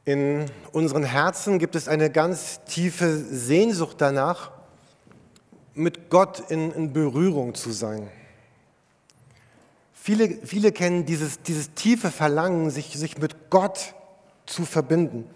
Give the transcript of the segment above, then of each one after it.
In unseren Herzen gibt es eine ganz tiefe Sehnsucht danach, mit Gott in Berührung zu sein. Viele kennen dieses tiefe Verlangen, sich mit Gott zu verbinden.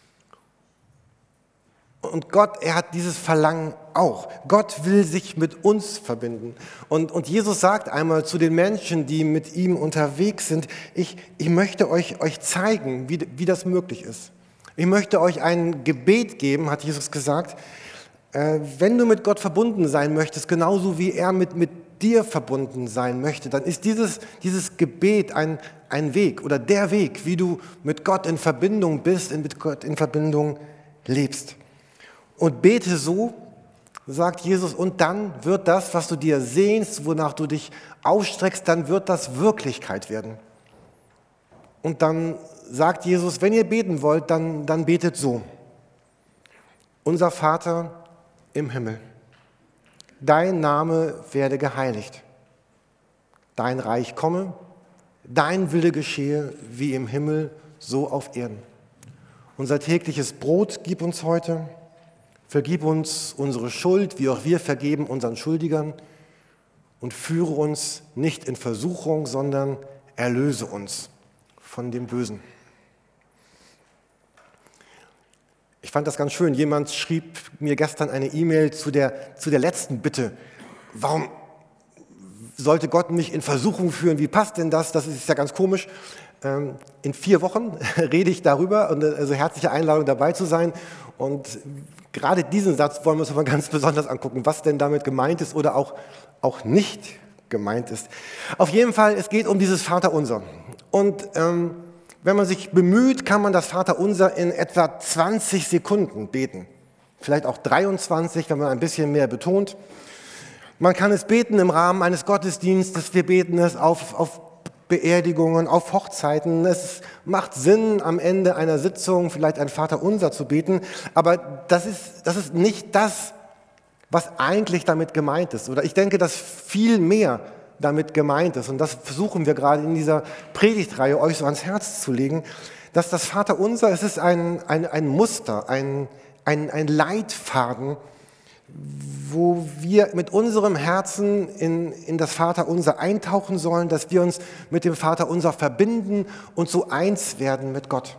Und Gott, er hat dieses Verlangen auch. Gott will sich mit uns verbinden. Und Jesus sagt einmal zu den Menschen, die mit ihm unterwegs sind, ich möchte euch zeigen, wie das möglich ist. Ich möchte euch ein Gebet geben, hat Jesus gesagt. Wenn du mit Gott verbunden sein möchtest, genauso wie er mit dir verbunden sein möchte, dann ist dieses Gebet ein Weg oder der Weg, wie du mit Gott in Verbindung bist, mit Gott in Verbindung lebst. Und bete so, sagt Jesus, und dann wird das, was du dir sehnst, wonach du dich ausstreckst, dann wird das Wirklichkeit werden. Und dann sagt Jesus, wenn ihr beten wollt, dann betet so. Unser Vater im Himmel, dein Name werde geheiligt, dein Reich komme, dein Wille geschehe, wie im Himmel, so auf Erden. Unser tägliches Brot gib uns heute, vergib uns unsere Schuld, wie auch wir vergeben unseren Schuldigern, und führe uns nicht in Versuchung, sondern erlöse uns von dem Bösen. Ich fand das ganz schön. Jemand schrieb mir gestern eine E-Mail zu der letzten Bitte. Warum sollte Gott mich in Versuchung führen? Wie passt denn das? Das ist ja ganz komisch. In 4 Wochen rede ich darüber, und also herzliche Einladung dabei zu sein. Und gerade diesen Satz wollen wir uns mal ganz besonders angucken, was denn damit gemeint ist oder auch nicht gemeint ist. Auf jeden Fall, es geht um dieses Vaterunser. Und wenn man sich bemüht, kann man das Vaterunser in etwa 20 Sekunden beten. Vielleicht auch 23, wenn man ein bisschen mehr betont. Man kann es beten im Rahmen eines Gottesdienstes, wir beten es auf Beerdigungen, auf Hochzeiten. Es macht Sinn, am Ende einer Sitzung vielleicht ein Vaterunser zu beten, aber das ist nicht das, was eigentlich damit gemeint ist. Oder ich denke, dass viel mehr damit gemeint ist. Und das versuchen wir gerade in dieser Predigtreihe euch so ans Herz zu legen, dass das Vaterunser, es ist ein Muster, ein Leitfaden, wo wir mit unserem Herzen in das Vaterunser eintauchen sollen, dass wir uns mit dem Vaterunser verbinden und so eins werden mit Gott.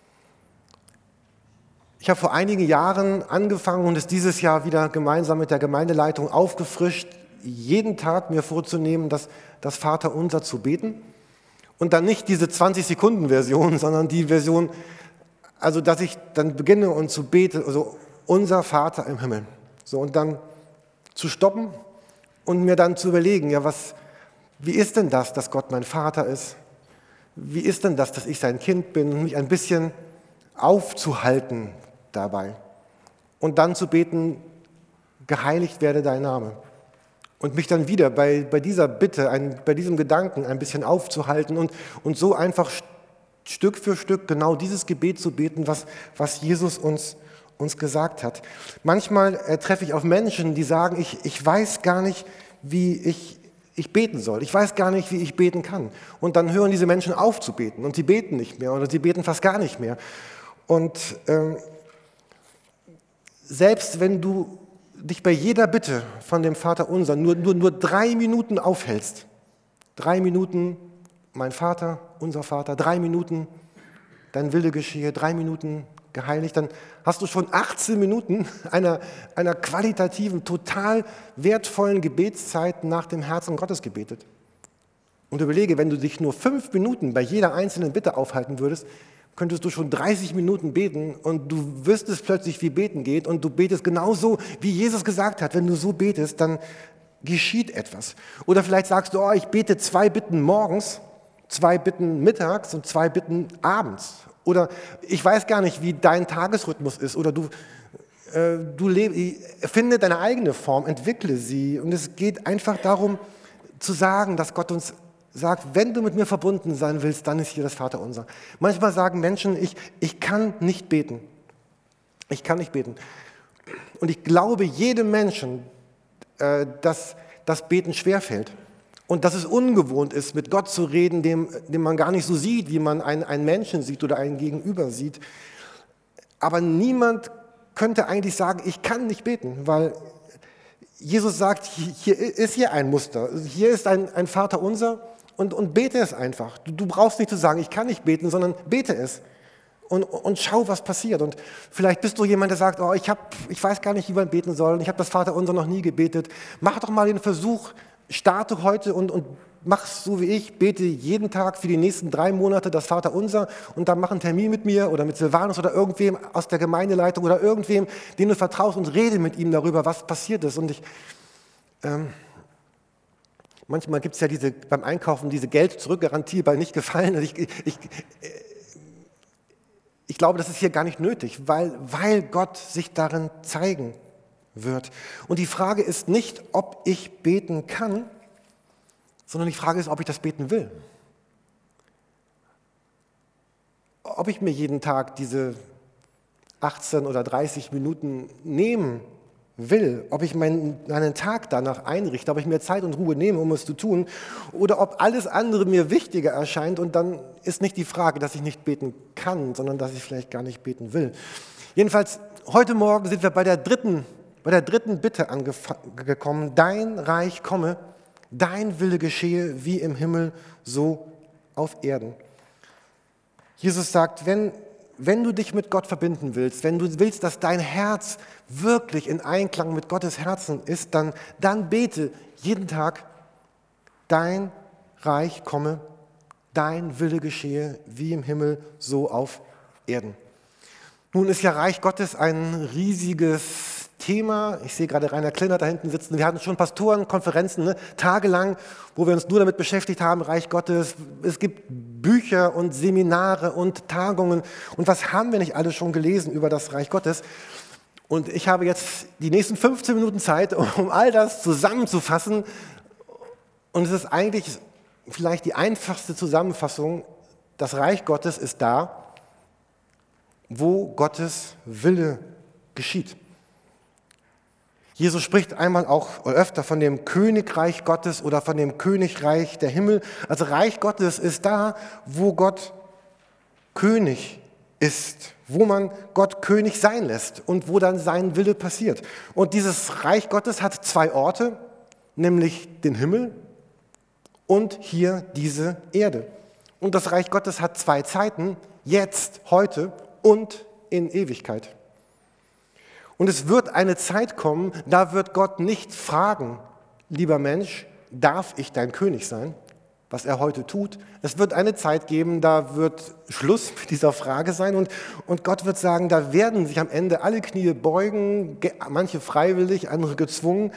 Ich habe vor einigen Jahren angefangen und es dieses Jahr wieder gemeinsam mit der Gemeindeleitung aufgefrischt, jeden Tag mir vorzunehmen, das Vaterunser zu beten. Und dann nicht diese 20-Sekunden-Version, sondern die Version, also dass ich dann beginne und zu beten, also unser Vater im Himmel. So, und dann zu stoppen und mir dann zu überlegen, ja, wie ist denn das, dass Gott mein Vater ist? Wie ist denn das, dass ich sein Kind bin? Und mich ein bisschen aufzuhalten dabei. Und dann zu beten, geheiligt werde dein Name. Und mich dann wieder bei dieser Bitte, bei diesem Gedanken ein bisschen aufzuhalten und so einfach Stück für Stück genau dieses Gebet zu beten, was Jesus uns gesagt hat. Manchmal treffe ich auf Menschen, die sagen, ich weiß gar nicht, wie ich beten soll. Ich weiß gar nicht, wie ich beten kann. Und dann hören diese Menschen auf zu beten und sie beten nicht mehr oder sie beten fast gar nicht mehr. Und selbst wenn du dich bei jeder Bitte von dem Vaterunser nur 3 Minuten aufhältst, 3 Minuten mein Vater, unser Vater, 3 Minuten dein Wille geschehe, 3 Minuten geheiligt, dann hast du schon 18 Minuten einer qualitativen, total wertvollen Gebetszeit nach dem Herzen Gottes gebetet. Und überlege, wenn du dich nur 5 Minuten bei jeder einzelnen Bitte aufhalten würdest, könntest du schon 30 Minuten beten und du wüsstest plötzlich, wie beten geht und du betest genauso, wie Jesus gesagt hat. Wenn du so betest, dann geschieht etwas. Oder vielleicht sagst du, ich bete 2 Bitten morgens, 2 Bitten mittags und 2 Bitten abends. Oder ich weiß gar nicht, wie dein Tagesrhythmus ist. Oder du finde deine eigene Form, entwickle sie. Und es geht einfach darum zu sagen, dass Gott uns sagt, wenn du mit mir verbunden sein willst, dann ist hier das Vaterunser. Manchmal sagen Menschen, ich kann nicht beten. Ich kann nicht beten. Und ich glaube jedem Menschen, dass das Beten schwerfällt. Und dass es ungewohnt ist, mit Gott zu reden, dem man gar nicht so sieht, wie man einen Menschen sieht oder einen Gegenüber sieht. Aber niemand könnte eigentlich sagen, ich kann nicht beten, weil Jesus sagt, hier ist ein Muster, hier ist ein Vaterunser und bete es einfach. Du brauchst nicht zu sagen, ich kann nicht beten, sondern bete es und schau, was passiert. Und vielleicht bist du jemand, der sagt, ich weiß gar nicht, wie man beten soll, und ich habe das Vaterunser noch nie gebetet. Mach doch mal den Versuch, starte heute und mach so wie ich, bete jeden Tag für die nächsten 3 Monate das Vaterunser und dann mach einen Termin mit mir oder mit Silvanus oder irgendwem aus der Gemeindeleitung oder irgendwem, den du vertraust, und rede mit ihm darüber, was passiert ist. Und manchmal gibt es ja beim Einkaufen diese Geld-Zurück-Garantie bei nicht gefallen. Und ich glaube, das ist hier gar nicht nötig, weil Gott sich darin zeigen wird. Und die Frage ist nicht, ob ich beten kann, sondern die Frage ist, ob ich das beten will. Ob ich mir jeden Tag diese 18 oder 30 Minuten nehmen will, ob ich meinen Tag danach einrichte, ob ich mir Zeit und Ruhe nehme, um es zu tun, oder ob alles andere mir wichtiger erscheint, und dann ist nicht die Frage, dass ich nicht beten kann, sondern dass ich vielleicht gar nicht beten will. Jedenfalls, heute Morgen sind wir bei der dritten Bitte angekommen: Dein Reich komme, dein Wille geschehe, wie im Himmel, so auf Erden. Jesus sagt, wenn du dich mit Gott verbinden willst, wenn du willst, dass dein Herz wirklich in Einklang mit Gottes Herzen ist, dann bete jeden Tag: Dein Reich komme, dein Wille geschehe, wie im Himmel, so auf Erden. Nun ist ja Reich Gottes ein riesiges Thema. Ich sehe gerade Rainer Klinner da hinten sitzen. Wir hatten schon Pastorenkonferenzen, tagelang, wo wir uns nur damit beschäftigt haben, Reich Gottes. Es gibt Bücher und Seminare und Tagungen. Und was haben wir nicht alles schon gelesen über das Reich Gottes? Und ich habe jetzt die nächsten 15 Minuten Zeit, um all das zusammenzufassen. Und es ist eigentlich vielleicht die einfachste Zusammenfassung: Das Reich Gottes ist da, wo Gottes Wille geschieht. Jesus spricht einmal auch oder öfter von dem Königreich Gottes oder von dem Königreich der Himmel. Also Reich Gottes ist da, wo Gott König ist, wo man Gott König sein lässt und wo dann sein Wille passiert. Und dieses Reich Gottes hat 2 Orte, nämlich den Himmel und hier diese Erde. Und das Reich Gottes hat 2 Zeiten, jetzt, heute und in Ewigkeit. Und es wird eine Zeit kommen, da wird Gott nicht fragen: Lieber Mensch, darf ich dein König sein? Was er heute tut. Es wird eine Zeit geben, da wird Schluss mit dieser Frage sein, und Gott wird sagen, da werden sich am Ende alle Knie beugen, manche freiwillig, andere gezwungen,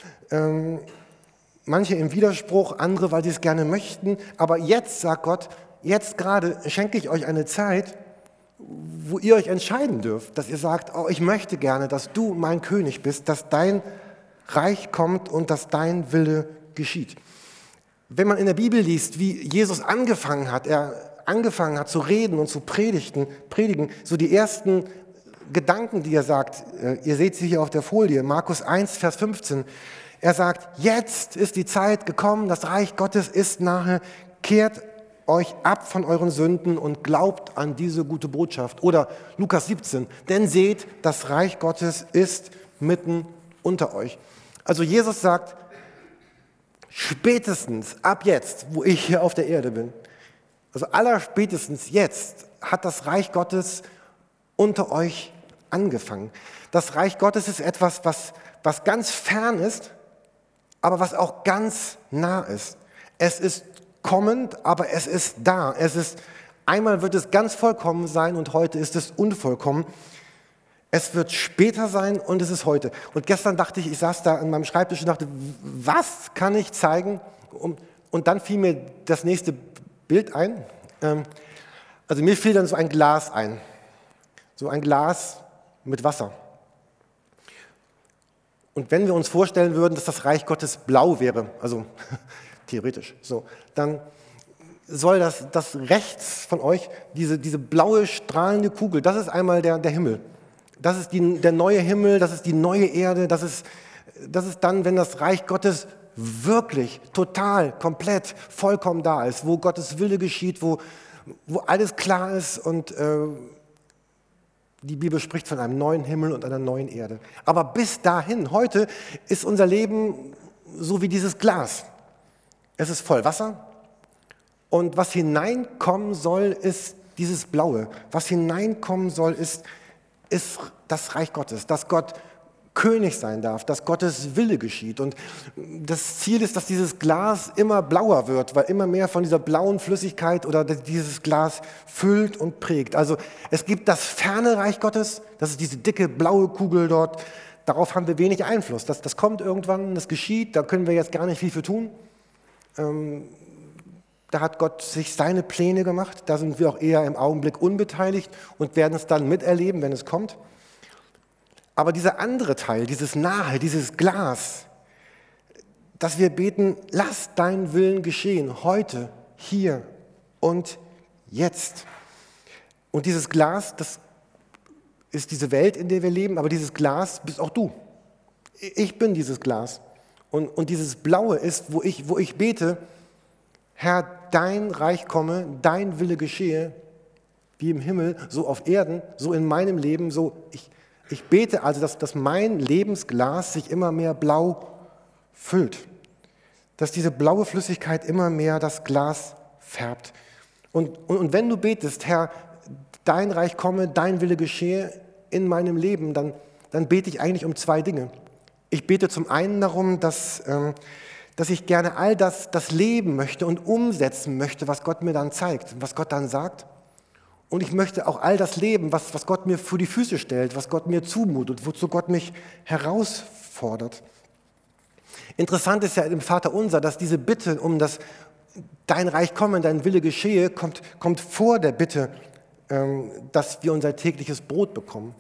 manche im Widerspruch, andere, weil sie es gerne möchten. Aber jetzt, sagt Gott, jetzt gerade schenke ich euch eine Zeit, wo ihr euch entscheiden dürft, dass ihr sagt: Ich möchte gerne, dass du mein König bist, dass dein Reich kommt und dass dein Wille geschieht. Wenn man in der Bibel liest, wie Jesus angefangen hat zu reden und zu predigen, so die ersten Gedanken, die er sagt, ihr seht sie hier auf der Folie, Markus 1, Vers 15, er sagt: Jetzt ist die Zeit gekommen, das Reich Gottes ist nahe, kehrt euch ab von euren Sünden und glaubt an diese gute Botschaft. Oder Lukas 17, denn seht, das Reich Gottes ist mitten unter euch. Also Jesus sagt, spätestens ab jetzt, wo ich hier auf der Erde bin, also allerspätestens jetzt, hat das Reich Gottes unter euch angefangen. Das Reich Gottes ist etwas, was ganz fern ist, aber was auch ganz nah ist. Es ist kommend, aber es ist da. Einmal wird es ganz vollkommen sein und heute ist es unvollkommen. Es wird später sein und es ist heute. Und gestern dachte ich saß da an meinem Schreibtisch und dachte, was kann ich zeigen? Und dann fiel mir das nächste Bild ein. Also mir fiel dann so ein Glas ein. So ein Glas mit Wasser. Und wenn wir uns vorstellen würden, dass das Reich Gottes blau wäre, also theoretisch, so, dann soll das rechts von euch, diese blaue, strahlende Kugel, das ist einmal der Himmel. Das ist der neue Himmel, das ist die neue Erde, das ist dann, wenn das Reich Gottes wirklich, total, komplett, vollkommen da ist, wo Gottes Wille geschieht, wo alles klar ist und Die Bibel spricht von einem neuen Himmel und einer neuen Erde. Aber bis dahin, heute, ist unser Leben so wie dieses Glas. Es ist voll Wasser und was hineinkommen soll, ist dieses Blaue. Was hineinkommen soll, ist das Reich Gottes, dass Gott König sein darf, dass Gottes Wille geschieht. Und das Ziel ist, dass dieses Glas immer blauer wird, weil immer mehr von dieser blauen Flüssigkeit oder dieses Glas füllt und prägt. Also es gibt das ferne Reich Gottes, das ist diese dicke blaue Kugel dort. Darauf haben wir wenig Einfluss. Das kommt irgendwann, das geschieht, da können wir jetzt gar nicht viel für tun. Da hat Gott sich seine Pläne gemacht, da sind wir auch eher im Augenblick unbeteiligt und werden es dann miterleben, wenn es kommt. Aber dieser andere Teil, dieses Nahe, dieses Glas, dass wir beten, lass dein Willen geschehen, heute, hier und jetzt. Und dieses Glas, das ist diese Welt, in der wir leben, aber dieses Glas bist auch du. Ich bin dieses Glas. Und dieses Blaue ist, wo ich bete, Herr, dein Reich komme, dein Wille geschehe, wie im Himmel, so auf Erden, so in meinem Leben, so ich bete also, dass mein Lebensglas sich immer mehr blau füllt, dass diese blaue Flüssigkeit immer mehr das Glas färbt. Und wenn du betest, Herr, dein Reich komme, dein Wille geschehe in meinem Leben, dann bete ich eigentlich um zwei Dinge. Ich bete zum einen darum, dass ich gerne all das leben möchte und umsetzen möchte, was Gott mir dann zeigt, was Gott dann sagt. Und ich möchte auch all das leben, was Gott mir vor die Füße stellt, was Gott mir zumutet, wozu Gott mich herausfordert. Interessant ist ja im Vaterunser, dass diese Bitte um das Dein Reich komme, dein Wille geschehe, kommt vor der Bitte, dass wir unser tägliches Brot bekommen.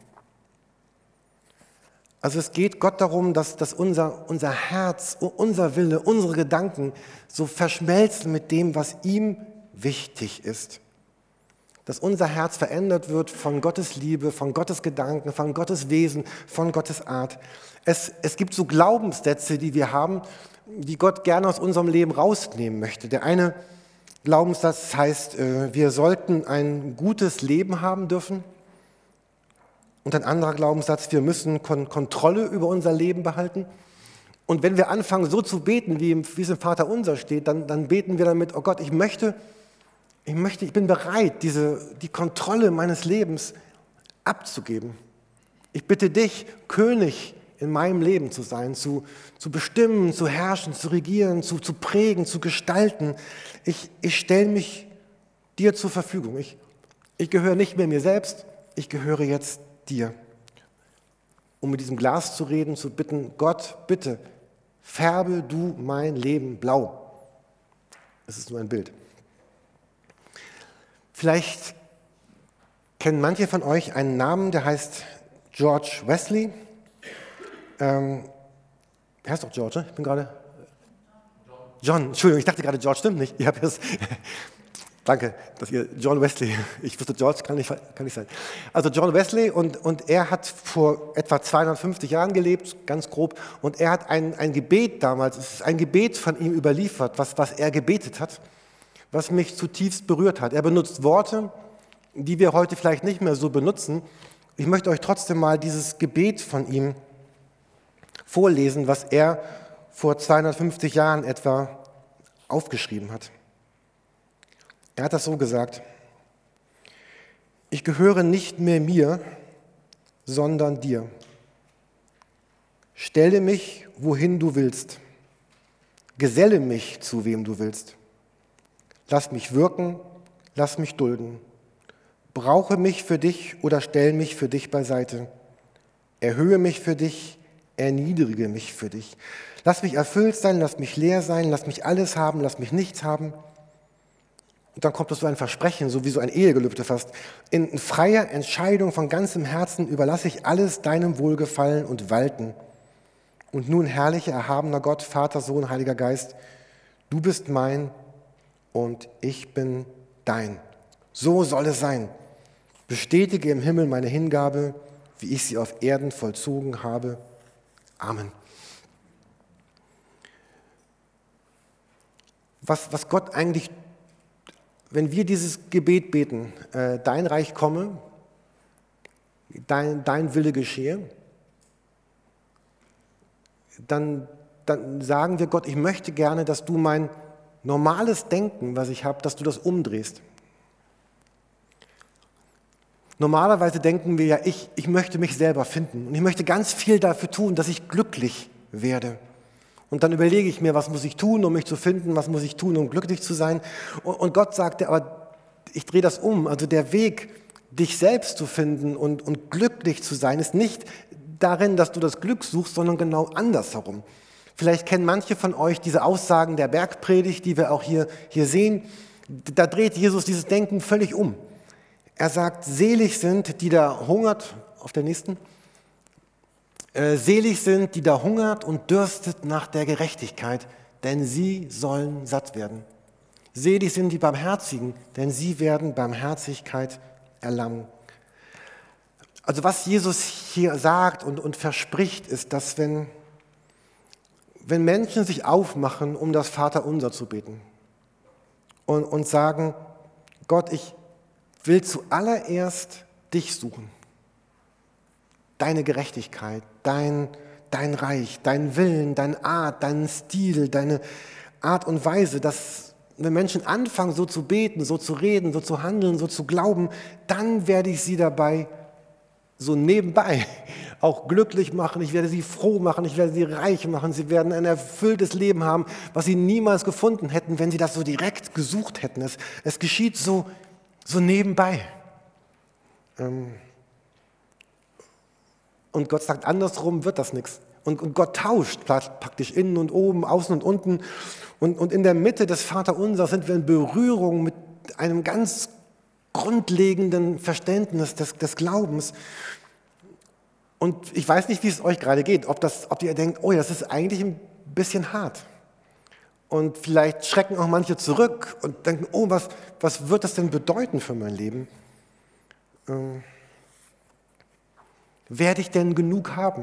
Also es geht Gott darum, dass unser Herz, unser Wille, unsere Gedanken so verschmelzen mit dem, was ihm wichtig ist. Dass unser Herz verändert wird von Gottes Liebe, von Gottes Gedanken, von Gottes Wesen, von Gottes Art. Es gibt so Glaubenssätze, die wir haben, die Gott gerne aus unserem Leben rausnehmen möchte. Der eine Glaubenssatz heißt, wir sollten ein gutes Leben haben dürfen. Und ein anderer Glaubenssatz, wir müssen Kontrolle über unser Leben behalten. Und wenn wir anfangen, so zu beten, wie es im Vaterunser steht, dann beten wir damit, oh Gott, ich bin bereit, die Kontrolle meines Lebens abzugeben. Ich bitte dich, König in meinem Leben zu sein, zu bestimmen, zu herrschen, zu regieren, zu prägen, zu gestalten. Ich stelle mich dir zur Verfügung. Ich gehöre nicht mehr mir selbst, ich gehöre jetzt dir. Um mit diesem Glas zu reden, zu bitten, Gott, bitte, färbe du mein Leben blau. Es ist nur ein Bild. Vielleicht kennen manche von euch einen Namen, der heißt George Wesley. Er heißt doch George, ne? Ich bin gerade... John, Entschuldigung, ich dachte gerade George, stimmt nicht. Ich habe das... Danke, dass ihr John Wesley, ich wusste, George kann nicht sein. Also John Wesley und er hat vor etwa 250 Jahren gelebt, ganz grob, und er hat ein Gebet damals, es ist ein Gebet von ihm überliefert, was er gebetet hat, was mich zutiefst berührt hat. Er benutzt Worte, die wir heute vielleicht nicht mehr so benutzen. Ich möchte euch trotzdem mal dieses Gebet von ihm vorlesen, was er vor 250 Jahren etwa aufgeschrieben hat. Er hat das so gesagt: Ich gehöre nicht mehr mir, sondern dir. Stelle mich, wohin du willst. Geselle mich, zu wem du willst. Lass mich wirken, lass mich dulden. Brauche mich für dich oder stell mich für dich beiseite. Erhöhe mich für dich, erniedrige mich für dich. Lass mich erfüllt sein, lass mich leer sein, lass mich alles haben, lass mich nichts haben. Und dann kommt es so ein Versprechen, so wie so ein Ehegelübde fast. In freier Entscheidung von ganzem Herzen überlasse ich alles deinem Wohlgefallen und Walten. Und nun, herrlicher, erhabener Gott, Vater, Sohn, Heiliger Geist, du bist mein und ich bin dein. So soll es sein. Bestätige im Himmel meine Hingabe, wie ich sie auf Erden vollzogen habe. Amen. Was Gott eigentlich, wenn wir dieses Gebet beten, dein Reich komme, dein Wille geschehe, dann sagen wir Gott, ich möchte gerne, dass du mein normales Denken, was ich habe, dass du das umdrehst. Normalerweise denken wir ja, ich möchte mich selber finden und ich möchte ganz viel dafür tun, dass ich glücklich werde. Und dann überlege ich mir, was muss ich tun, um mich zu finden, was muss ich tun, um glücklich zu sein. Und Gott sagte, aber ich drehe das um. Also der Weg, dich selbst zu finden und glücklich zu sein, ist nicht darin, dass du das Glück suchst, sondern genau andersherum. Vielleicht kennen manche von euch diese Aussagen der Bergpredigt, die wir auch hier sehen. Da dreht Jesus dieses Denken völlig um. Er sagt, selig sind, die da hungert, auf der nächsten, selig sind, die da hungert und dürstet nach der Gerechtigkeit, denn sie sollen satt werden. Selig sind die Barmherzigen, denn sie werden Barmherzigkeit erlangen. Also was Jesus hier sagt und verspricht, ist, dass wenn Menschen sich aufmachen, um das Vaterunser zu beten und sagen, Gott, ich will zuallererst dich suchen, deine Gerechtigkeit, dein Reich, dein Willen, deine Art, deinen Stil, deine Art und Weise, dass wenn Menschen anfangen, so zu beten, so zu reden, so zu handeln, so zu glauben, dann werde ich sie dabei so nebenbei auch glücklich machen, ich werde sie froh machen, ich werde sie reich machen, sie werden ein erfülltes Leben haben, was sie niemals gefunden hätten, wenn sie das so direkt gesucht hätten. Es geschieht so nebenbei. Und Gott sagt, andersrum wird das nichts. Und Gott tauscht praktisch innen und oben, außen und unten. Und in der Mitte des Vaterunsers sind wir in Berührung mit einem ganz grundlegenden Verständnis des Glaubens. Und ich weiß nicht, wie es euch gerade geht, ob ihr denkt, oh, das ist eigentlich ein bisschen hart. Und vielleicht schrecken auch manche zurück und denken, oh, was wird das denn bedeuten für mein Leben? Werde ich denn genug haben?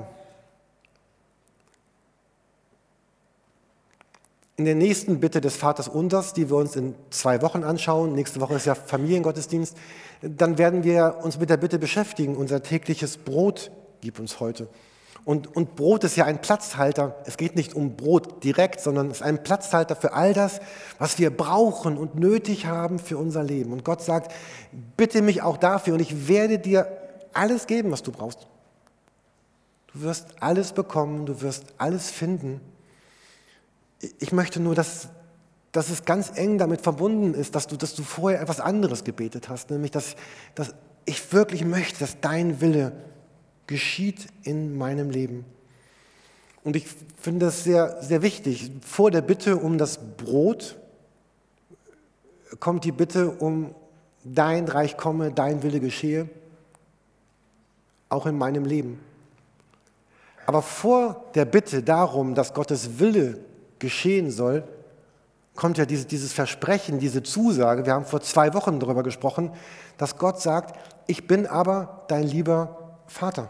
In der nächsten Bitte des Vaters Unsers, die wir uns in 2 Wochen anschauen, nächste Woche ist ja Familiengottesdienst, dann werden wir uns mit der Bitte beschäftigen, unser tägliches Brot gib uns heute. Und Brot ist ja ein Platzhalter. Es geht nicht um Brot direkt, sondern es ist ein Platzhalter für all das, was wir brauchen und nötig haben für unser Leben. Und Gott sagt, bitte mich auch dafür und ich werde dir alles geben, was du brauchst. Du wirst alles bekommen, du wirst alles finden. Ich möchte nur, dass es ganz eng damit verbunden ist, dass du vorher etwas anderes gebetet hast, nämlich dass ich wirklich möchte, dass dein Wille geschieht in meinem Leben. Und ich finde das sehr, sehr wichtig. Vor der Bitte um das Brot kommt die Bitte um dein Reich komme, dein Wille geschehe, auch in meinem Leben. Aber vor der Bitte darum, dass Gottes Wille geschehen soll, kommt ja dieses Versprechen, diese Zusage, wir haben vor 2 Wochen darüber gesprochen, dass Gott sagt, ich bin aber dein lieber Vater.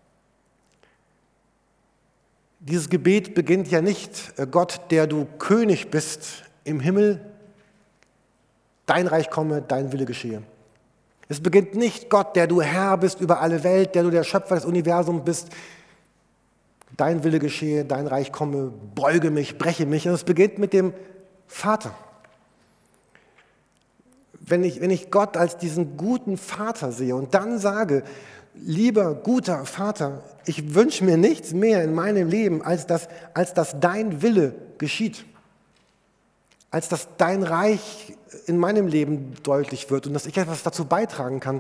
Dieses Gebet beginnt ja nicht, Gott, der du König bist im Himmel, dein Reich komme, dein Wille geschehe. Es beginnt nicht, Gott, der du Herr bist über alle Welt, der du der Schöpfer des Universums bist, dein Wille geschehe, dein Reich komme, beuge mich, breche mich. Und es beginnt mit dem Vater. Wenn ich Gott als diesen guten Vater sehe und dann sage, lieber guter Vater, ich wünsche mir nichts mehr in meinem Leben, als dass dein Wille geschieht, als dass dein Reich in meinem Leben deutlich wird und dass ich etwas dazu beitragen kann.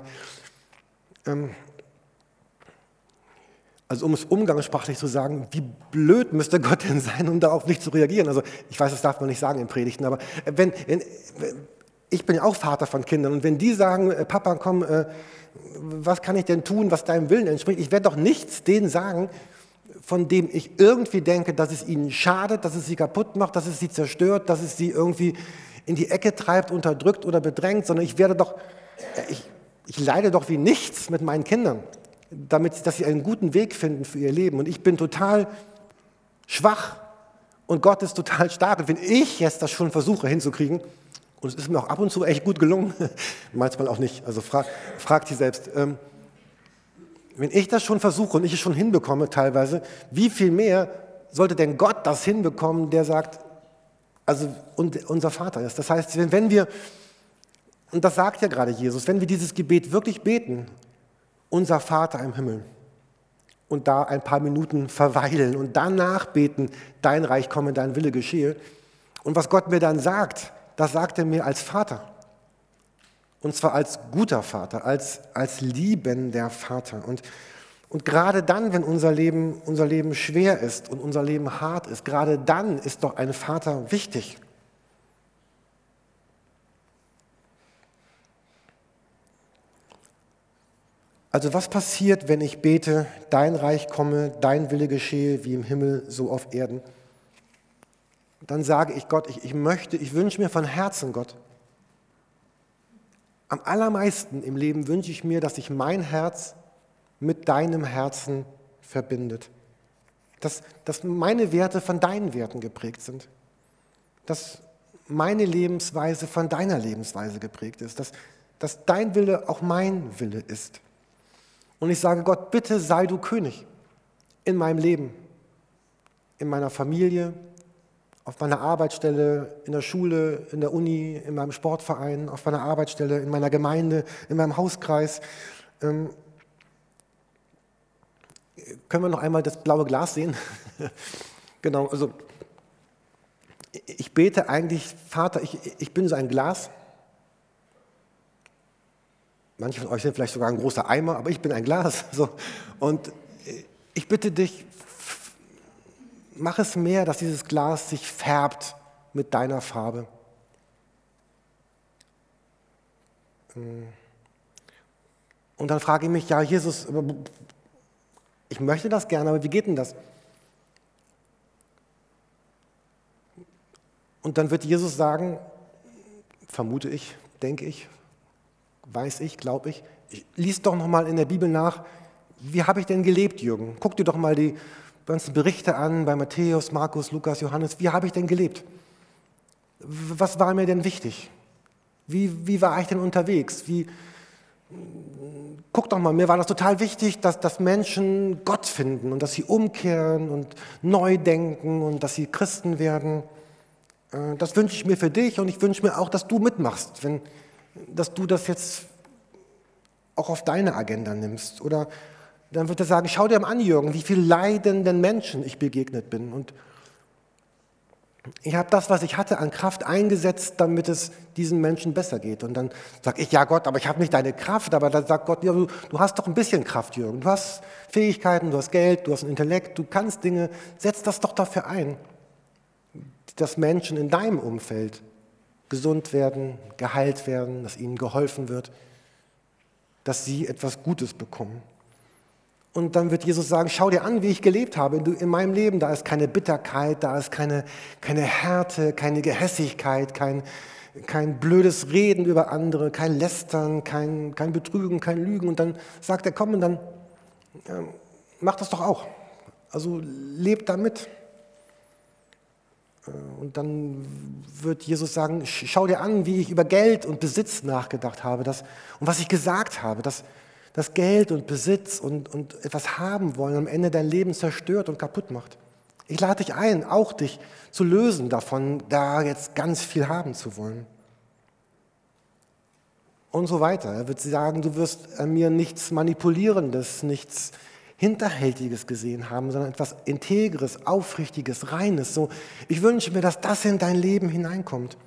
Also um es umgangssprachlich zu sagen, wie blöd müsste Gott denn sein, um darauf nicht zu reagieren? Also ich weiß, das darf man nicht sagen in Predigten, aber ich bin ja auch Vater von Kindern und wenn die sagen, Papa, komm, was kann ich denn tun, was deinem Willen entspricht? Ich werde doch nichts denen sagen, von dem ich irgendwie denke, dass es ihnen schadet, dass es sie kaputt macht, dass es sie zerstört, dass es sie irgendwie in die Ecke treibt, unterdrückt oder bedrängt, sondern ich leide doch wie nichts mit meinen Kindern, dass sie einen guten Weg finden für ihr Leben. Und ich bin total schwach und Gott ist total stark. Und wenn ich jetzt das schon versuche hinzukriegen, und es ist mir auch ab und zu echt gut gelungen, manchmal auch nicht, also fragt sie selbst. Wenn ich das schon versuche und ich es schon hinbekomme teilweise, wie viel mehr sollte denn Gott das hinbekommen, der sagt, also unser Vater ist. Das heißt, wenn wir, und das sagt ja gerade Jesus, wenn wir dieses Gebet wirklich beten, unser Vater im Himmel, und da ein paar Minuten verweilen und danach beten, dein Reich komme, dein Wille geschehe. Und was Gott mir dann sagt, das sagt er mir als Vater. Und zwar als guter Vater, als liebender Vater. Und gerade dann, wenn unser Leben schwer ist und unser Leben hart ist, gerade dann ist doch ein Vater wichtig. Also was passiert, wenn ich bete, dein Reich komme, dein Wille geschehe, wie im Himmel, so auf Erden? Dann sage ich Gott, ich wünsche mir von Herzen, Gott, am allermeisten im Leben wünsche ich mir, dass sich mein Herz mit deinem Herzen verbindet. Dass meine Werte von deinen Werten geprägt sind. Dass meine Lebensweise von deiner Lebensweise geprägt ist. Dass dein Wille auch mein Wille ist. Und ich sage Gott, bitte sei du König in meinem Leben, in meiner Familie, auf meiner Arbeitsstelle, in der Schule, in der Uni, in meinem Sportverein, auf meiner Arbeitsstelle, in meiner Gemeinde, in meinem Hauskreis. Können wir noch einmal das blaue Glas sehen? Genau, also ich bete eigentlich, Vater, ich bin so ein Glas. Manche von euch sind vielleicht sogar ein großer Eimer, aber ich bin ein Glas. So. Und ich bitte dich, mach es mehr, dass dieses Glas sich färbt mit deiner Farbe. Und dann frage ich mich, ja Jesus, ich möchte das gerne, aber wie geht denn das? Und dann wird Jesus sagen, vermute ich, denke ich, weiß ich, glaube ich, lies doch noch mal in der Bibel nach, wie habe ich denn gelebt, Jürgen? Guck dir doch mal die ganzen Berichte an, bei Matthäus, Markus, Lukas, Johannes, wie habe ich denn gelebt? Was war mir denn wichtig? Wie war ich denn unterwegs? Guck doch mal, mir war das total wichtig, dass Menschen Gott finden und dass sie umkehren und neu denken und dass sie Christen werden. Das wünsche ich mir für dich und ich wünsche mir auch, dass du mitmachst, dass du das jetzt auch auf deine Agenda nimmst. Oder dann wird er sagen, schau dir mal an, Jürgen, wie viel leidenden Menschen ich begegnet bin. Und ich habe das, was ich hatte, an Kraft eingesetzt, damit es diesen Menschen besser geht. Und dann sage ich, ja Gott, aber ich habe nicht deine Kraft. Aber dann sagt Gott, ja, du hast doch ein bisschen Kraft, Jürgen. Du hast Fähigkeiten, du hast Geld, du hast ein Intellekt, du kannst Dinge. Setz das doch dafür ein, dass Menschen in deinem Umfeld gesund werden, geheilt werden, dass ihnen geholfen wird, dass sie etwas Gutes bekommen. Und dann wird Jesus sagen, schau dir an, wie ich gelebt habe in meinem Leben. Da ist keine Bitterkeit, da ist keine Härte, keine Gehässigkeit, kein blödes Reden über andere, kein Lästern, kein Betrügen, kein Lügen. Und dann sagt er, komm, und dann mach das doch auch. Also lebt damit. Und dann wird Jesus sagen, schau dir an, wie ich über Geld und Besitz nachgedacht habe und was ich gesagt habe, dass Geld und Besitz und etwas haben wollen am Ende dein Leben zerstört und kaputt macht. Ich lade dich ein, auch dich zu lösen davon, da jetzt ganz viel haben zu wollen. Und so weiter. Er wird sagen, du wirst an mir nichts Manipulierendes, nichts Hinterhältiges gesehen haben, sondern etwas Integres, Aufrichtiges, Reines. So, ich wünsche mir, dass das in dein Leben hineinkommt.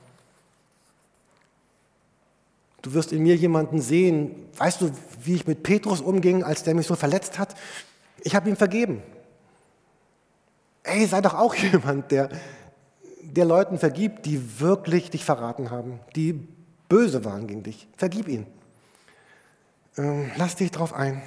Du wirst in mir jemanden sehen, weißt du, wie ich mit Petrus umging, als der mich so verletzt hat? Ich habe ihm vergeben. Ey, sei doch auch jemand, der Leuten vergibt, die wirklich dich verraten haben, die böse waren gegen dich. Vergib ihnen. Lass dich drauf ein.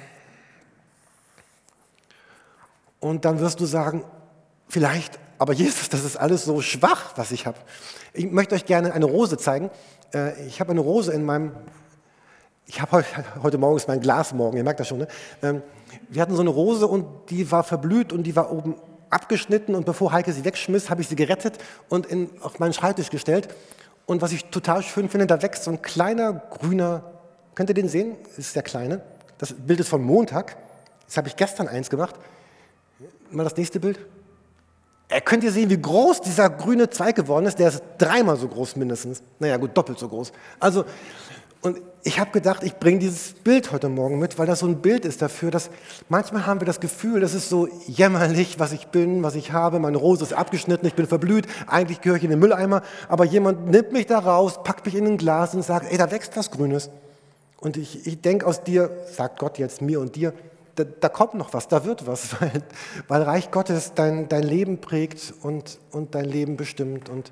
Und dann wirst du sagen, vielleicht, aber Jesus, das ist alles so schwach, was ich habe. Ich möchte euch gerne eine Rose zeigen. Ich habe eine Rose ich habe heute Morgen ist mein Glasmorgen, ihr merkt das schon, ne? Wir hatten so eine Rose und die war verblüht und die war oben abgeschnitten und bevor Heike sie wegschmiss, habe ich sie gerettet und auf meinen Schreibtisch gestellt. Und was ich total schön finde, da wächst so ein kleiner grüner, könnt ihr den sehen? Das ist der kleine. Das Bild ist von Montag. Jetzt habe ich gestern eins gemacht. Mal das nächste Bild. Könnt ihr sehen, wie groß dieser grüne Zweig geworden ist? Der ist 3-mal so groß mindestens. Naja gut, doppelt so groß. Also, und ich habe gedacht, ich bringe dieses Bild heute Morgen mit, weil das so ein Bild ist dafür, dass manchmal haben wir das Gefühl, das ist so jämmerlich, was ich bin, was ich habe. Meine Rose ist abgeschnitten, ich bin verblüht, eigentlich gehöre ich in den Mülleimer. Aber jemand nimmt mich da raus, packt mich in ein Glas und sagt, ey, da wächst was Grünes. Und ich denke aus dir, sagt Gott jetzt mir und dir, da kommt noch was, da wird was, weil Reich Gottes dein Leben prägt und dein Leben bestimmt. Und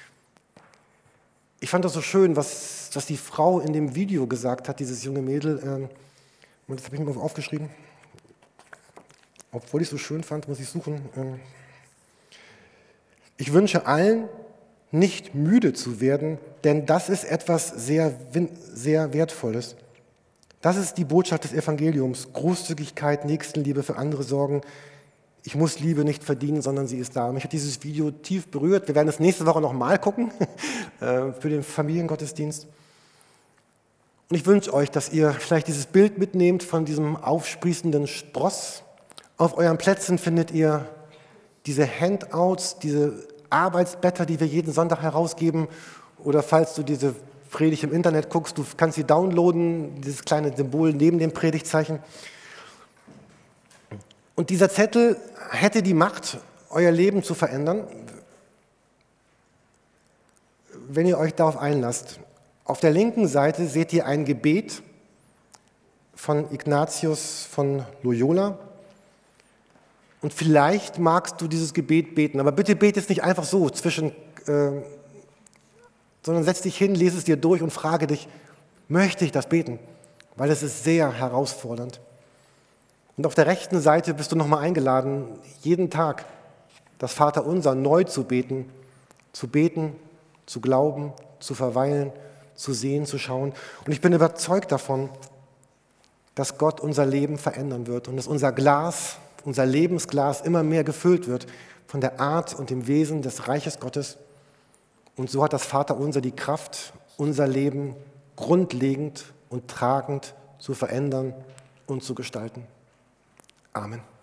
ich fand das so schön, was die Frau in dem Video gesagt hat, dieses junge Mädel. Und das habe ich mir aufgeschrieben. Obwohl ich es so schön fand, muss ich suchen. Ich wünsche allen, nicht müde zu werden, denn das ist etwas sehr, sehr Wertvolles. Das ist die Botschaft des Evangeliums. Großzügigkeit, Nächstenliebe, für andere sorgen. Ich muss Liebe nicht verdienen, sondern sie ist da. Mich hat dieses Video tief berührt. Wir werden es nächste Woche nochmal gucken für den Familiengottesdienst. Und ich wünsche euch, dass ihr vielleicht dieses Bild mitnehmt von diesem aufsprießenden Spross. Auf euren Plätzen findet ihr diese Handouts, diese Arbeitsblätter, die wir jeden Sonntag herausgeben. Oder falls du diese Predigt im Internet guckst, du kannst sie downloaden, dieses kleine Symbol neben dem Predigtzeichen. Und dieser Zettel hätte die Macht, euer Leben zu verändern, wenn ihr euch darauf einlasst. Auf der linken Seite seht ihr ein Gebet von Ignatius von Loyola. Und vielleicht magst du dieses Gebet beten, aber bitte bete es nicht einfach so sondern setz dich hin, lese es dir durch und frage dich, möchte ich das beten? Weil es ist sehr herausfordernd. Und auf der rechten Seite bist du nochmal eingeladen, jeden Tag das Vaterunser neu zu beten, zu glauben, zu verweilen, zu sehen, zu schauen. Und ich bin überzeugt davon, dass Gott unser Leben verändern wird und dass unser Lebensglas immer mehr gefüllt wird von der Art und dem Wesen des Reiches Gottes. Und so hat das Vaterunser die Kraft, unser Leben grundlegend und tragend zu verändern und zu gestalten. Amen.